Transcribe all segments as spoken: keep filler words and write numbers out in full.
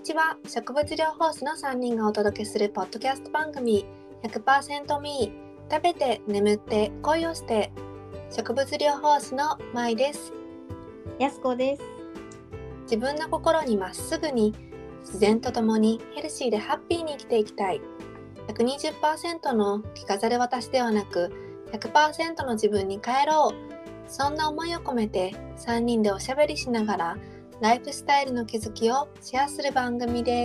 にちは。植物療法士のさんにんがお届けするポッドキャスト番組 ひゃくパーセント ミー、食べて眠って恋をして。植物療法士のまいです。 やすこです。 自分の心にまっすぐに、自然とともにヘルシーでハッピーに生きていきたい。 ひゃくにじゅっパーセント の着飾る私ではなく ひゃくパーセント の自分に帰ろう、そんな思いを込めてさんにんでおしゃべりしながらライフスタイルの気づきをシェアする番組です。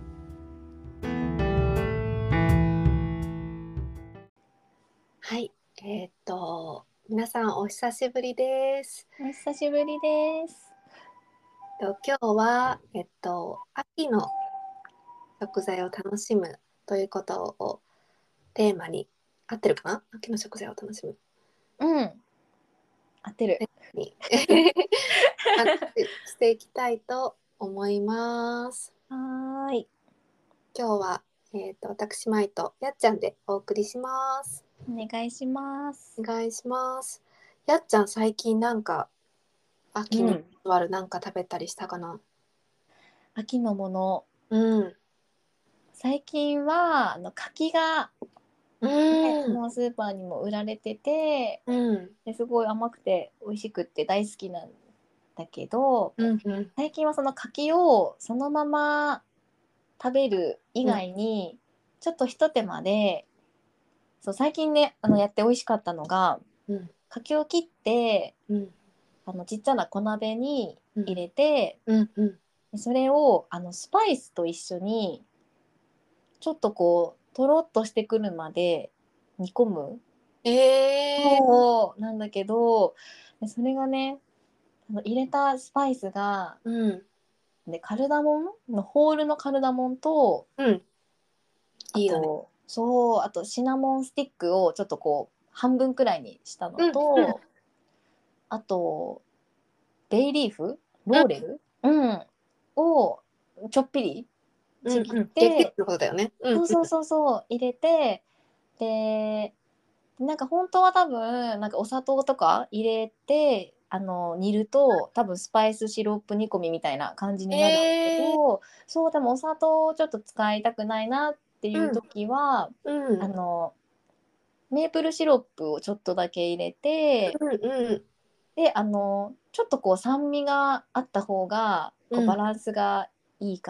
はい、えー、っと皆さんお久しぶりです。 お久しぶりです。 と今日は、えっと、秋の食材を楽しむということをテーマに、合ってるかな？秋の食材を楽しむうん、合ってる。 に話していきたいと思います。 はーい。 今日は、えー、と私まいとやっちゃんでお送りします。 お願いします。 お願いします。やっちゃん、最近なんか秋にうん。 まつわるなんか食べたりしたかな？ 秋のもの。 うん。 最近はあの柿が、 うね、 ん。 もうスーパーにも売られてて、 うん。 ですごい甘くて美味しくって大好きなんだけど、 うんうん。 最近はその柿をそのまま食べる以外に、ちょっとひと手間で、そう最近ねあのやって美味しかったのが、 うん柿を切ってうんあのちっちゃな小鍋にうん入れて、 うんうん。 でそれをあのスパイスと一緒にちょっとこうとろっとしてくるまで煮込むえー。 そうなんだけど、でそれがね、あの入れたスパイスが、 うんでカルダモンのホールのカルダモンと、 うん。 あいいよね。 とそうあとシナモンスティックをちょっとこう半分くらいにしたのうんうんと、あとベイリーフうんローレル、うん、をちょっぴりちぎっうんうん。できるて、 ってことだよね。うんそうそうそうそう入れて、でなんか本当は多分なんかお砂糖とか入れてあの煮ると多分スパイスシロップ煮込みみたいな感じうん。 になるんだけえー。 ど、そうでもお砂糖をちょっと使いたくないなっていううん時は、 うんあのメープルシロップをちょっとだけ入れて、 うんうんであのちょっとこう酸味があった方がこううん。 バランスがいいから、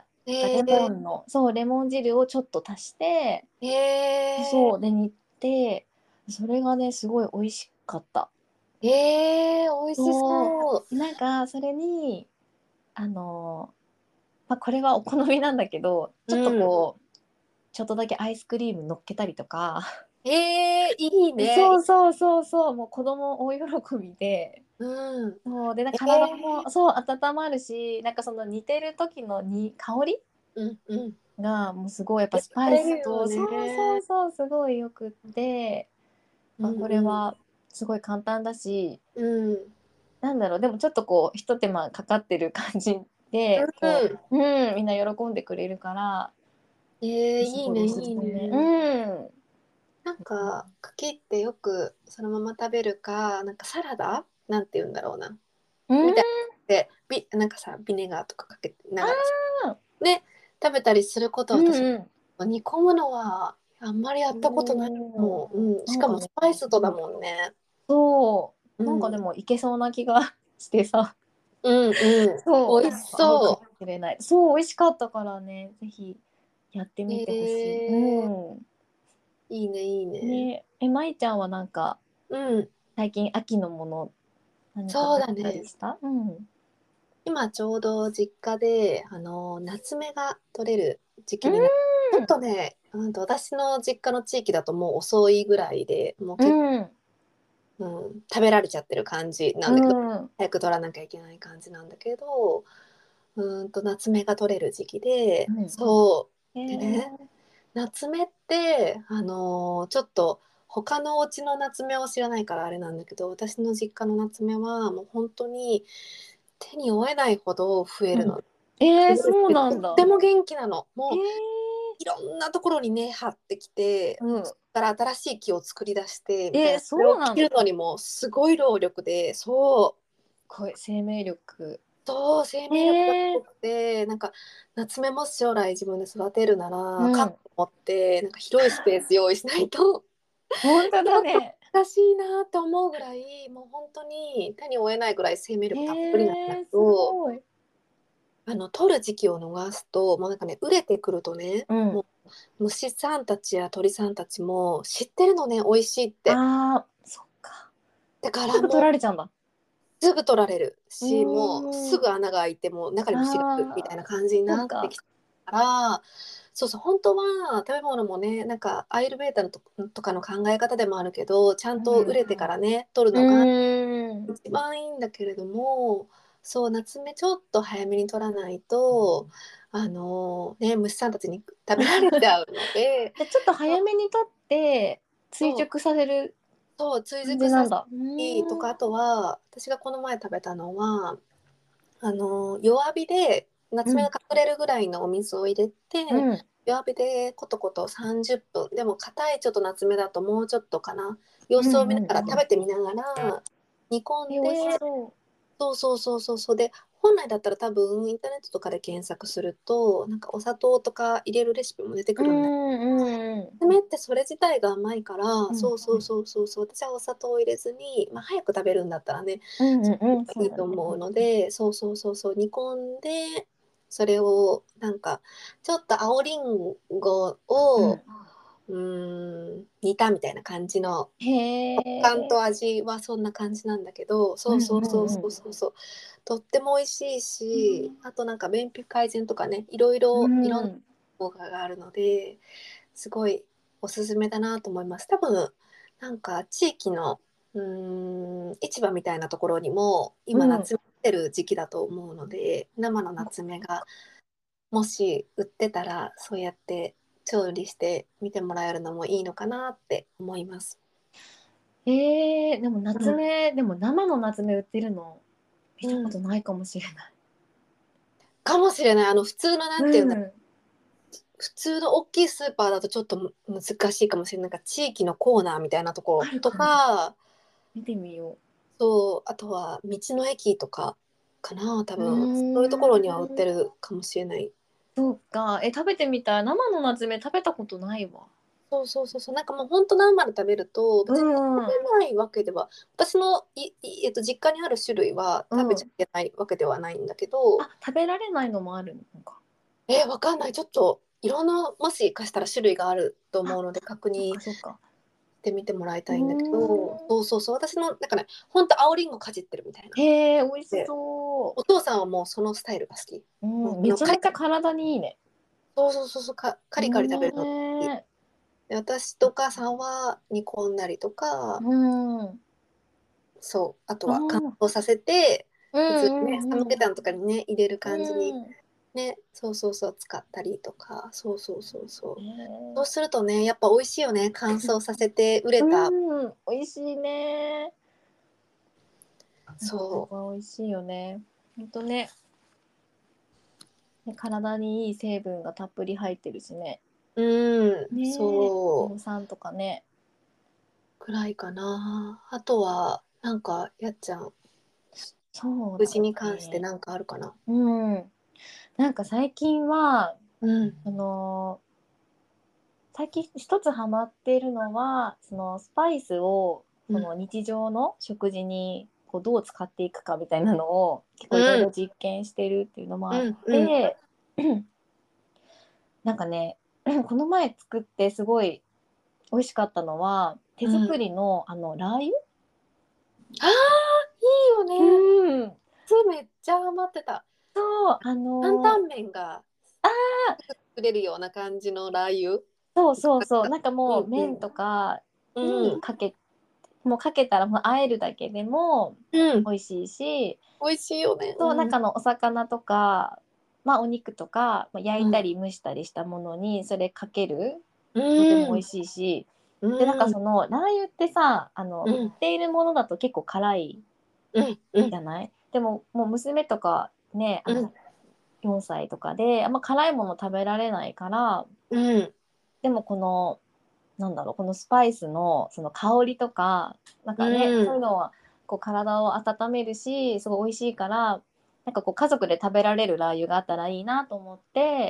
なんかレモえー。 ンのそうレモン汁をちょっと足して、 えそうで煮て、それがねすごい美味しかった。 ー、えー、美味しそそう。 うなんかそれにあの、まあ、これはお好みなんだけど、ちょっとうん。 こうちょっとだけアイスクリーム乗っけたりとか、 えー、いいね。 そうそうそうそう、もう子供大喜びで、 うん。 そうで、なんえか体もー、 そう温まるし、なんかその煮てる時のに香りうんうん。 がもうすごいやっぱ癒スパイされるスと、 よね。 そうそうそうすごいよくって、まあ、 うんうん。 これはすごい簡単だし、 うん。 なんだろう、でもちょっとこうひと手間かかってる感じでこうん。 う、うん、みんな喜んでくれるからえー、 すごいおいいね、いいすすめ。 ね。 うん。 なんか、茎ってよくそのまま食べるか、なんかサラダなんて言うんだろうな。 うん。 みたいで、ビ、なんかさ、ビネガーとかかけなあがらあ。 ね、食べたりすることうは私、 ん煮込むのはあんまりやうったことないん。おもん。うん、しかもスなんかね、 パイスとだもんね。 そうなんかでうん、 もいけそうな気がしてさ。 うん、うん。 そう美味し合うかもそしれない。そう美味しかったからね、ぜひやってう。 みてほしい。 えー、 ういいね、いいん。 ね。 ねえ、まいちゃんはなんかうん、 最近秋のもの何かそう食べたりだね。 した？うん。 今ちょうど実家で、あの、夏目が取れる時う期になって、ちょっん。 とね、うんと、私の実家の地域だともう遅いぐらいで、もうう結ん。 構、うん、食べられちゃってる感じなうんだけど、 ん。 早く取らなきゃいけない感じなんだけど、うーんと夏目が取れる時期で、 うん。 そうでね、 えー、 夏目ってあのーちょっと他のお家の夏目を知らないからあれなんだけど、私の実家の夏目はもう本当に手に負えないほど増えうん。 るの。 えー、 増えるそうしとなんだ。 っても元気なの。 えー、 もういろんなところに根張ってきて、 うん。 そこから新しい木を作り出してみたいな。 えー、そそれをうなんだ。 切るのにもすごい労力で、そう。 これ生命力。 そう、生命力がすえー、 ごくて、なんか夏目もし将来自分で育てるなら、カップうん。 持ってなんか広いスペース用意しないと本当ちょっとだね。 難しいなって思うぐらい、もう本当に手に負えないぐらい生命力たっぷりなんだけえー、すど、 ごい。 あの取る時期を逃すと、もうなんかね、熟れてくるとね、 うん。 もう虫さんたちや鳥さんたちも知ってるのね、美味しいって。 あー、そっか。 だかすぐ取らもうられちゃうんだ。 すぐ取られるうし、もうすーん。 ぐ穴が開いて、もう中に虫がいるみたいあな感じにー、そっか。 なってきたから、そうそう、本当は食べ物もね、なんかアイルベーダのと、とかの考え方でもあるけど、ちゃんと熟うん。 れてからね、取るうのがーん。 一番いいんだけれども、そう、夏目ちょっと早めに取らないと、あのね、虫さんたちに食べられちゃうので、 で、ちょっと早めに取って追そう、 熟させるそう、追感じ熟させたなんだ。うーん。 りとか、あとは、私がこの前食べたのは、あの弱火で夏目がうん。 隠れるぐらいのお水を入れて、 うん。 弱火でコトコトさんじゅっぷん、でも硬いちょっと夏目だともうちょっとかな、様うん子を見ながらうんうん。 食べてみながら煮込え、 んで、 美味しそそうそうそうそうそうで、本来だったら多分インターネットとかで検索するとなんかお砂糖とか入れるレシピも出てう。うくるんだけんうんうん。 ど、夏目ってそれ自体が甘いから、 うんそうそうそうそうそう、私はお砂糖を入れずに、まあ、早く食べるんだったらね、 うんうんうん。そういいだね。 と思うので、そうそうそうそう、煮込んで、それをなんかちょっと青りんごをうん。 うーん煮たみたいな感じのへ食感え。 と味はそんな感じなんだけど、そううんそうそううんうん。 そうそうそう、とっても美味しいし、あとなんか便秘改善とかね、いろいうろいろんなん。 効果があるので、すごいおすすめだなと思います。多分なんか地域のうーん市場みたいなところにもうん。 今夏ってる時期だと思うので、生の夏目がもし売ってたらそうやって調理して見てもらえるのもいいのかなって思います。 えー、でもうん、 夏目、でも生の夏目売ってるの見たこうん、 とないかもしれない。 かもしれない。あの普通のなんていうんだ、 うん。 普通の大きいスーパーだとちょっとむ難しいかもしれない。なんか地域のコーナーみたいなところとあるかな。 か、 見てみよそう、あとは道の駅とかかな、多う。 分。そういうとこうーろには売ってん。 るかもしれない。 そうか。え、食べてみたい。生の夏目食べたことないわ。 そうそうそうそう、なんかもう本当生で食べると、 う別に食ん。 べないわけでは、私のい、いえっと、実家にある種類はう食べちゃん。 いけないわけではないんだけど、 あ、食べられないのもあるのか。 えーわかんない。ちょっと、いろんな、もしかしたら種類があると思あ、 うので、確そっ認しかそっか。 てみてもらいうたいんだけど、 ーん。 そうそうそう、私の、なんかね、本当青りんごかじってるみたいな。 へえ、美味しで、 そお父さんはもうそのスタイルが好き。 う。うん。 もうあの、 めちゃめちゃカリカリ、 体にいいね。 そうそうそうそう、か、カリカリ食べるのが好き。 ねで、私とお母さんは煮込んだりとえ。 か、 うん。 そう、あとあは乾あ。 燥させて、 う普通にね、サムんうんゲタンとかにね、入れるう感じに、 ん。うん。 ね、そうそうそう、使ったりとか、そうそうそうそう。 へえ。 そうするとね、やっぱ美味しいよね、乾燥させて、熟れた。 うん、美味しいね。夏目そは美味しいよね。ほんとね。ね、体にいい成分がたっぷり入ってるしね。 う。うん、 ねえ、 そう、 葉酸とかね。 くらいかな。あとは、なんか、やっちゃん、 そうだ無事に関してね。 なんかあるかな。 うん。なんか最近は、 うん、 あの最近一つハマっているのは、そのスパイスをうん、 その日常の食事にこうどう使っていくかみたいなのを結構いろいうん、 ろ実験してるっていうのもあっうん、うん、 て、なんかね、この前作ってすごい美味しかったのは手うん。 作りのあのラー油。 ああ、いいようね。 ん。 酢めっちゃハマってた。 そうあ担の 々麺があ作れるような感じのラー油。 そうそうそうなんかもううん、うん、 麺とかうん、 にかけもうかけたらもう和えるだけでもうん。 美味しいし、 美味しいよね。 そう、 うん、 中のお魚とか、まあ、お肉とか、まあ、焼いたうん、 り蒸したりしたものにそれかけるのでもうん、 美味しいし、で、なんかうん、 そのラー油ってさ、あの売っうん、 ているものだと結構辛いうん、うん、 じゃない？でももう娘とかね、あのうん、 よんさいとかであんま辛いもの食べられないから、 うん、 でもこのなんだろう、このスパイスのその香りとか、なんかね、 うん、 そういうのはこう体を温めるし、すごい美味しいから、 なんかこう家族で食べられるラー油があったらいいなと思って、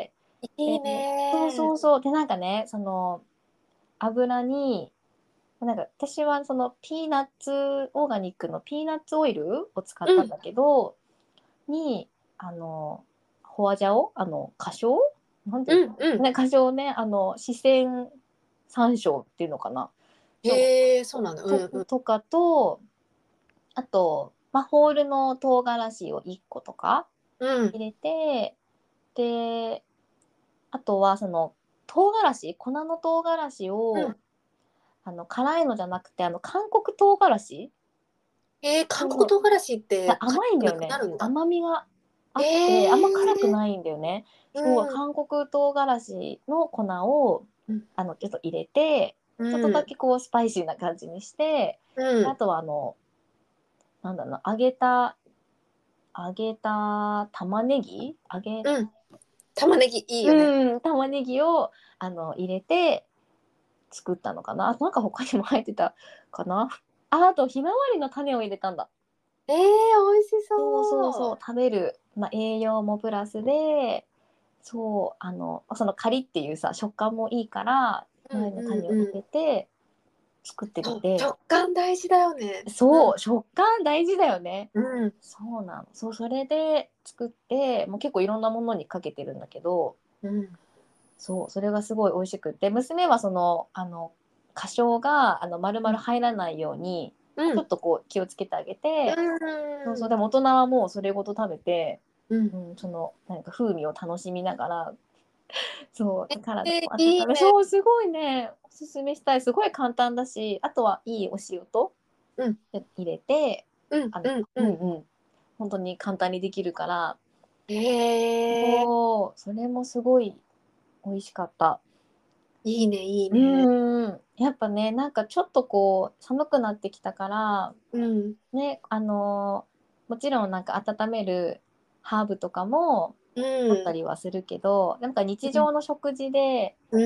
でいいそうそね。 うそうでなんかねその油になんか私はそのピーナッツオーガニックのピーナッツオイルを使っうんたんだけど、にあのホアジャオあの花椒なんていううんうん。 のね花椒ねあの四川山椒っていうのかなそへえ、 うそうなんだ。うとんうん。 とかとあと、まあ、ホールの唐辛子をいっことかうん。 入れてであとはその唐辛子粉の唐辛子をうん。 あの辛いのじゃなくてあの韓国唐辛子えー、韓そう国唐辛子って辛甘いんだくなよね。 くなるんだ。 甘みがあえってあんま辛くー、 ないんだよね。そううん。 韓国唐辛子の粉をうんあのちょっと入れてちょっとうん。 だけこうスパイシーな感じにしてうん。 であとはあのなんだろうな揚げた揚げた玉ねぎ揚げうん。玉ねぎいいよね。 うん玉ねぎをあの入れて作ったのかな。あとなんか他にも入ってたかな。ああとひまわりの種を入れたんだ。 えー、美味しそうそうそう。 そう食べる、まあ、栄養もプラスでそうあのそのカリっていうさ食感もいいからひうんまわりの種を入うんうん。 れて作ってみそう、 て食感大事だよね。うん。 そう食感大事だよね。 うん。 そうなのそうそれで作ってもう結構いろんなものにかけてるんだけどうん。 そうそれがすごい美味しくって娘はそのあの花椒があの丸々入らないようにうん。 ちょっとこう気をつけてあげてそうそううん。 でも大人はもうそれごと食べて、 うん。 うん、そのなんか風味を楽しみながらそう体えー、 を温めいいね。 そうすごいねおすすめしたいすごい簡単だしあとはいいお塩とうん。 入れてうんあのうんうん。 うんうん本当に簡単にできるからへえ、 そうそれもすごい美味しかった。 いいねいいうね。 んやっぱねなんかちょっとこう寒くなってきたからうん。 ねあのもちろんなんか温めるハーブとかもう取ったん。 りはするけどなんか日うん。 常の食事でうん。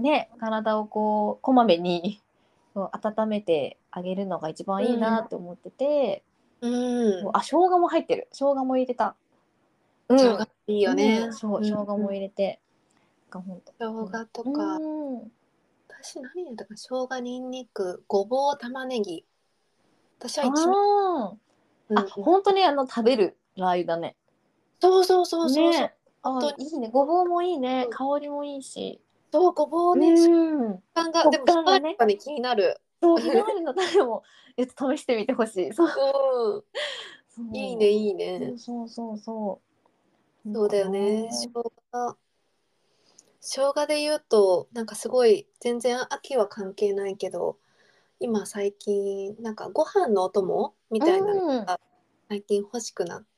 ね体をこうこまめにそう温めてあげるのが一番いいなって思ってて、 うん。 そうあ生姜も入ってる生姜も入れたう生姜んいいよね。 うんそううん生姜もうん。 も入れてがほんと生姜とうか、 んうん私何やったかな、生姜、ニンニク、ごぼう、玉ねぎ。私は一味。 あああうんうん。 本当にあの食べるラー油だね。 そうそうそうそうそう。 ねあ、 本当に。 いいね。ごぼうもいいね。 うん香りもいいし。 そう、ごぼううね、食ーん。 感が、で食も、ひまわりと感がね。 かね、気になる。 そう、ひまわりの種も、えっと、試してみてほしい。そう。 うん。いいね、 そう。 いいね。 そうそうそうそう。そうそうだかな。 よね。生姜。生姜で言うと、なんかすごい、全然秋は関係ないけど、今最近、なんかご飯のお供みうたいなのん。 が最近欲しくなって、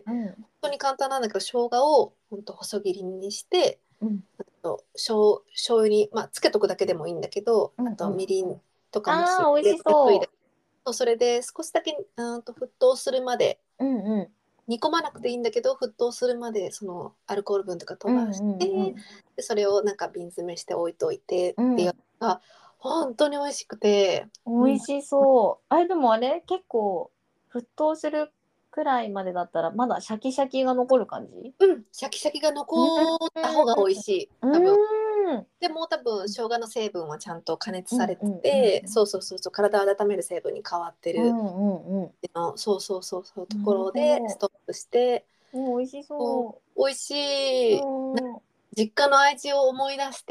うん。 本当に簡単なんだけど、生姜を本当細切りにして、 うん。 あと醤醤油に、まあ、つけとくだけでもいいんだけど、 うん。 あとうん。 みりんとかもしああ、美味入れしそておいて、そうそれで少しだけうんと沸騰するまで、 う。うんうん。 煮込まなくていいんだけど、沸騰するまでそのアルコール分とか飛ばしうんうんうて、 ん。 でそれをなんか瓶詰めして置いといてっていうのうん。 が本当に美味しくて、うん、 美味しそう。あれ、でもあれ、結構、沸騰するくらいまでだったら、まだシャキシャキが残る感じ。 うん、シャキシャキがうん。 残った方が美味しい、多分。 うん。 でも多分生姜の成分はちゃんと加熱うんされてうんうんて、そうそうそうそう、体を温める成分に変わってるうんうんうの、そうそうそうそうとん。なるころでスほトップして、 ど。美味しこそう美味しう。 い。 うん。 実家の愛知を思い出して、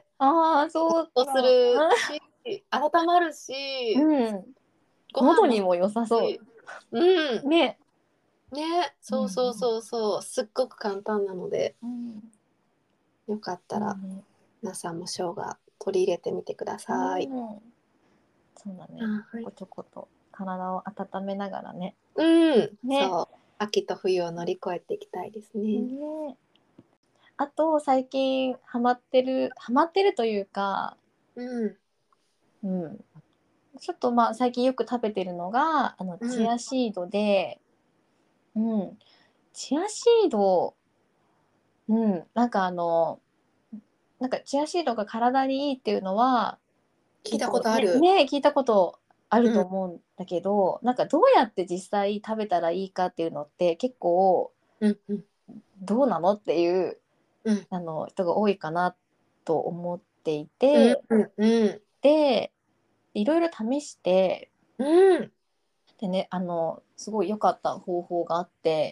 ああ、そうとすか。 るし、温まるし、 うん。 ご飯も喉にも良さそし、うう。 ん、 ね。 ね、 うんうそうそうん。 そうそう、すっごく簡単なので、 うん。 よかったらいいね。 皆さんも生姜取り入れてみてくだうさい。 ん。そうだね。ちょはい。 こちょこと体を温めながらね。 うん、 ね。 そう、秋と冬を乗り越えていきたいですね。 ね。あと最近ハマってるハマってるというか、 うん、 うん、ちょっとまあ最近よく食べてるのがあのうん、 チアシードで、うん、チアシード、うん、なんかあのなんかチアシードが体にいいっていうのは聞いたこ結構とある。 ねね聞いたことあるとうん、 思うんだけどなんかどうやって実際食べたらいいかっていうのって結構うんうんどうなのっていううんあの人が多いかなと思っていうんて、 うんうんでいろいろ試して、 うんでね、あのすごい良かった方法があって、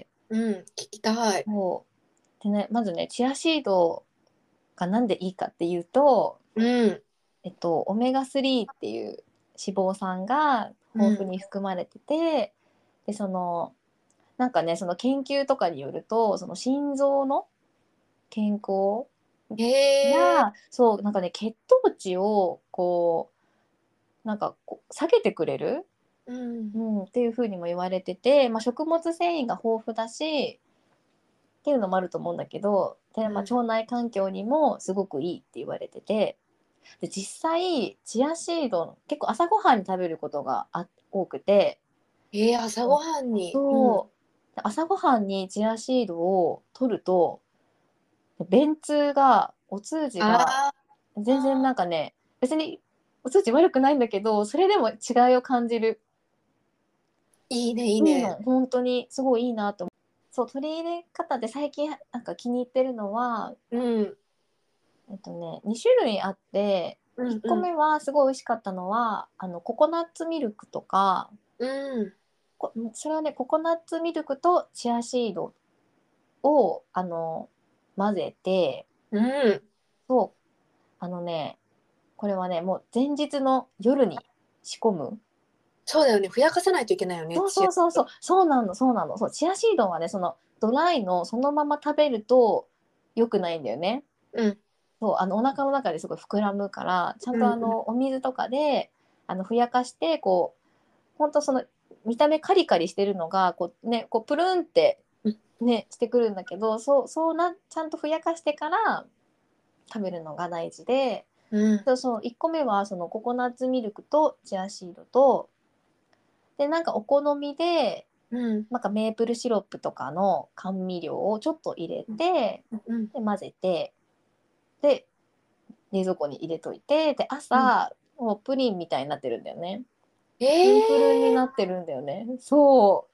うん聞きたい。 そうでね、まずねチアシードがなんでいいかっていうと、 うんえっと、オメガスリーっていう脂肪酸がうん豊富に含まれてて、でそのなんかねその研究とかによるとその心臓の健康へえ。 や、そうなんかね血糖値をこうなんかこう下げてくれる、 うんうん、っていう風にも言われてて、まあ、食物繊維が豊富だしっていうのもあると思うんだけど、で、まあ、 うん腸内環境にもすごくいいって言われてて、で実際チアシード結構朝ごはんに食べることがあ多くて、 えー、朝ごはんに。うん。 そう朝ごはんにチアシードを取ると便通がお通じがあ全然あ、 なんかね、別にお通じ悪くないんだけど、それでも違いを感じる。 いいね、いいいいの、 ね。 本当にすごいいいなと思う。そう、取り入れ方で最近なんか気に入ってるのは、 うん、 えっとね、に種類あって、1個うんうん目はすごい美味しかったのは、あのココナッツミルクとか、 うんこそれはね、ココナッツミルクとチアシードをあの混ぜて、 うん。 そう、あのね、これはね、もう前日の夜に仕込む。 そうだよね。ふやかさないといけないよね、 そうチア。 そうそうそう、そうなの、そうなの。そう、チアシードはね、そのドライのそのまま食べると良くないんだよね。 うん、 そう、あのお腹の中ですごい膨らむから、ちゃんとあうん、 のお水とかであのふやかして、こう、本当その見た目カリカリしてるのがこうね、こうプルンってうん、 ねしてくるんだけど、そうそうなちゃんとふやかしてから食べるのが大事で、 うん、 そうそう、いっこめはそのココナッツミルクとチアシードと、でなんかお好みでうん、 なんかメープルシロップとかの甘味料をちょっと入れて、 うん、 で混ぜて、で冷蔵庫に入れといて、でうん。 朝もうプリンみたいになってるんだよね。 えプルンプルンにえなってるんだよね。そう。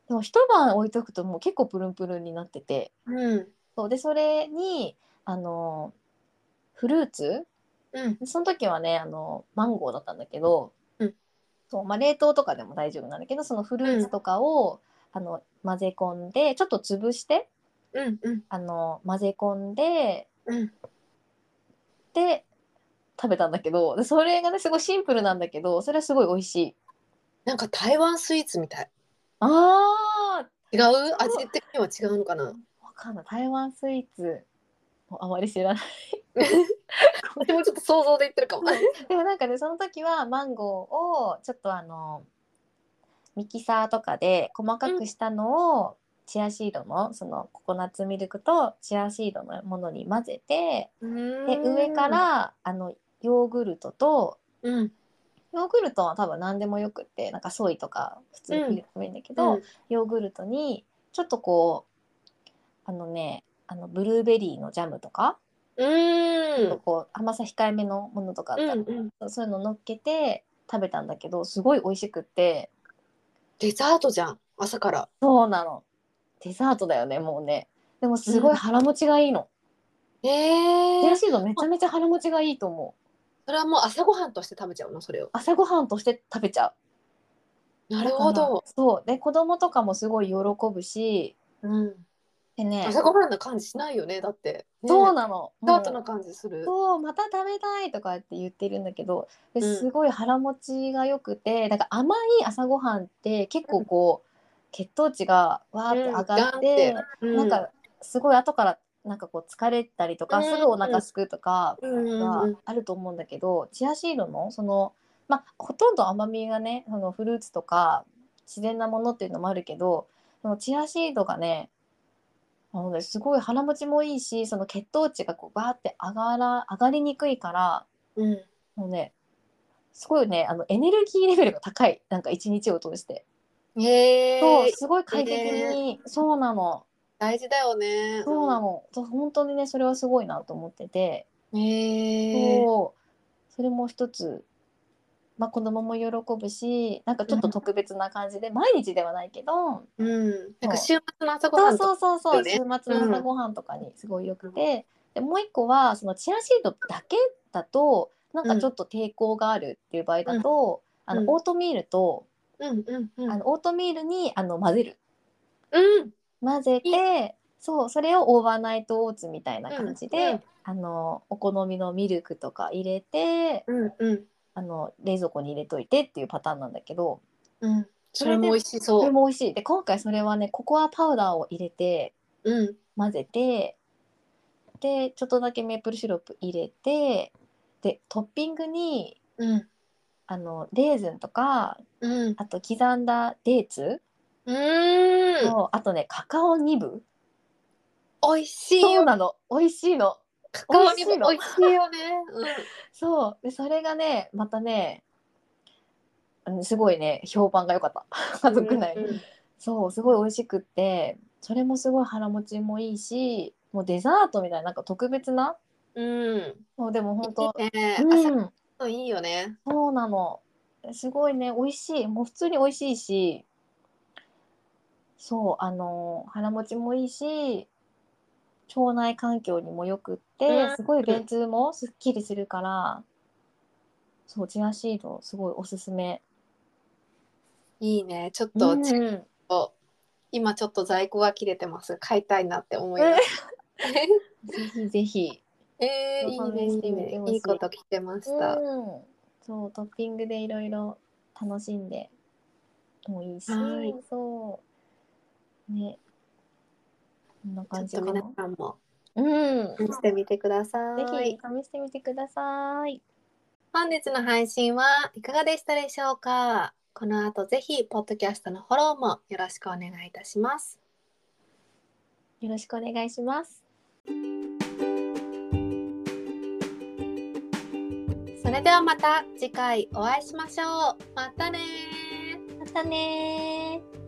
でも一晩置いとくともう結構プルンプルンになってて、 うん、 そうでそれにあのフルーツ、 うん、 その時はねあのマンゴーだったんだけど、 うん、 そうまあ、冷凍とかでも大丈夫なんだけど、そのフルーうん、 ツとかをあの混ぜ込んでちょっと潰してうん、うん、 あの混ぜ込んで、 うん。 で食べたんだけど、でそれがねすごいシンプルなんだけど、それはすごい美味しい。 なんか台湾スイーツみたい。 あー、 違うそう、 味的には違うのかな？ わかんない、台湾スイーツもあまり知らない。 私もちょっと想像で言ってるかも。 そうでもなんかねその時はマンゴーをちょっとあのミキサーとかで細かうん、 くしたのをチアシードのそのココナッツミルクとチアシードのものに混ぜて、 うで上かーん、 らあのヨーグルトと、 うん、 ヨーグルトは多分何でもよくって、なんかソイとか普通にうん、 入れてもいいんだけど、 うん、 ヨーグルトにちょっとこうあのねあのブルーベリーのジャムとか、 うーん、 こう甘さ控えめのものとかあったうん、うん。 らそういうの乗っけて食べたんだけど、すごい美味しくって。 デザートじゃん、朝から。 そうなの、デザートだよねもうね。でもすうん。 ごい腹持ちがいいの。 えチアえー、 シードめちゃあ、 めちゃ腹持ちがいいと思う。 それはもう朝ごはんとして食べちゃうの、それを。 朝ごはんとして食べちゃう。 なるだからほど。 そうで子供とかもすごい喜ぶし、 うん。 でね、 朝ごはんな感じしないよね、だって。ね、 そうなの、 デザートなもう感じする。 そうまた食べたいとかって言ってるんだけど、でうん。 すごい腹持ちがよくて、なんか甘い朝ごはんって結構こう血糖値がわーってうん。 上がっガンって。 て、なんうん。 かすごい後からなんかこう疲れたりとうかすぐお腹ん。 すくとかうん。 がうん。 あると思うんだけど、チアシードのそのまあほとんど甘みがねそのフルーツとか自然なものっていうのもあるけど、そのチアシードがねあのね、すごい腹持ちもいいし、その血糖値がこうバーって上がら上がりにくいから、 うん。 もうね、すごいね、あのエネルギーレベルが高い。なんか一日を通して。そう、 へえ。 すごい快適ね、 に、そうなの。 大事だよね。うそうなの。そう本当にね、それはすごいなと思ってて、 ん。へえ。 そう、それも一つ。 まあ、子供も喜ぶし、なんかちょっと特別な感じで、毎日ではないけど、 うん、なんか週末の朝ごそうはんとかそうそうそう、 よね。 週末の朝ごはんとかにすごいよくて、でもう一個はそのチアシードだけだとなんかちょっと抵抗があるっていう場合だと、あのうんオートミールと、 うんうんうんあのオートミールにあの混ぜるうん混ぜいいて、そうそれをオーバーナイトオーツみたいな感じで、 うんあのお好みのミルクとか入れて、 うんうんあの冷蔵庫に入れといてっていうパターンなんだけど、 うんそれでそれも美味しそれそも美味しい。で今回それはねココアパウダーを入れてう。うん混ぜて、でちょっとだけメープルシロップ入れて、でトッピングにうんあのレーズンとか、 うんあと刻んだデーツうーんと、あとねカカオニブ。 美味しいよ。 そうなの、美味しいの。 カ美カオにも味しいの。 美味しいよね。 そうでそれがねまたね、あのすごいね評判が良かった家うん族内。 うんそうすごい美味しくって、それもすごい腹持ちもいいし、もうデザートみたいな、なんか特別な、 うん。 もうでも本当、 いいね。朝うん、 のいいよね。 そうなの。すごいね、美味しい。もう普通に美味しいし、そう、あの、腹持ちもいいし、腸内環境にもよくっうて、すごいん。 便通もすっきりするから、そう、チアシード、すごいおすすめ。 いいね。ちょっうとちん。うんょっと今ちょっと在庫が切れてます。買いたいなって思います。 ぜひぜひ、 えー、 そういいね、 試してみていいね。いいこほしい。 と聞けました。 うん。そう、トッピングでいろいろ楽しんでもいいし、 はい。 そう、ね、こんなちょっと皆感じかな。 さんもうん。 試してみてくだぜひさい。 試してみてください。 本日の配信はいかがでしたでしょうか？この後ぜひ、ポッドキャストのフォローもよろしくお願いいたします。 よろしくお願いします。 それではまた次回お会いしましょう。またねー。 またねー。